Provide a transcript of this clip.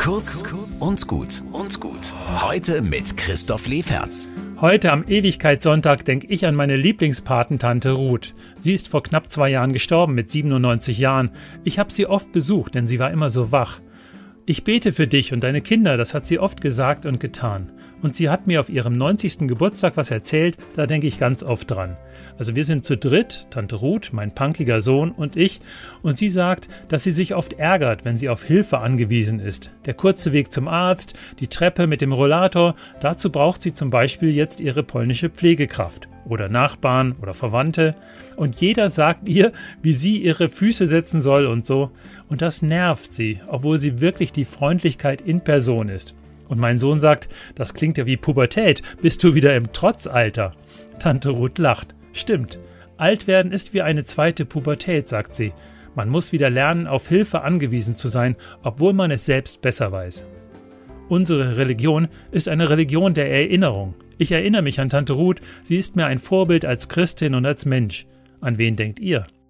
Kurz und gut. Heute mit Christoph Leferz. Heute am Ewigkeitssonntag denke ich an meine Lieblingspatentante Ruth. Sie ist vor knapp 2 Jahren gestorben mit 97 Jahren. Ich habe sie oft besucht, denn sie war immer so wach. Ich bete für dich und deine Kinder, das hat sie oft gesagt und getan. Und sie hat mir auf ihrem 90. Geburtstag was erzählt, da denke ich ganz oft dran. Also wir sind zu dritt, Tante Ruth, mein punkiger Sohn und ich. Und sie sagt, dass sie sich oft ärgert, wenn sie auf Hilfe angewiesen ist. Der kurze Weg zum Arzt, die Treppe mit dem Rollator, dazu braucht sie zum Beispiel jetzt ihre polnische Pflegekraft. Oder Nachbarn oder Verwandte. Und jeder sagt ihr, wie sie ihre Füße setzen soll und so. Und das nervt sie, obwohl sie wirklich die Freundlichkeit in Person ist. Und mein Sohn sagt, das klingt ja wie Pubertät, bist du wieder im Trotzalter? Tante Ruth lacht. Stimmt, alt werden ist wie eine zweite Pubertät, sagt sie. Man muss wieder lernen, auf Hilfe angewiesen zu sein, obwohl man es selbst besser weiß. Unsere Religion ist eine Religion der Erinnerung. Ich erinnere mich an Tante Ruth, sie ist mir ein Vorbild als Christin und als Mensch. An wen denkt ihr?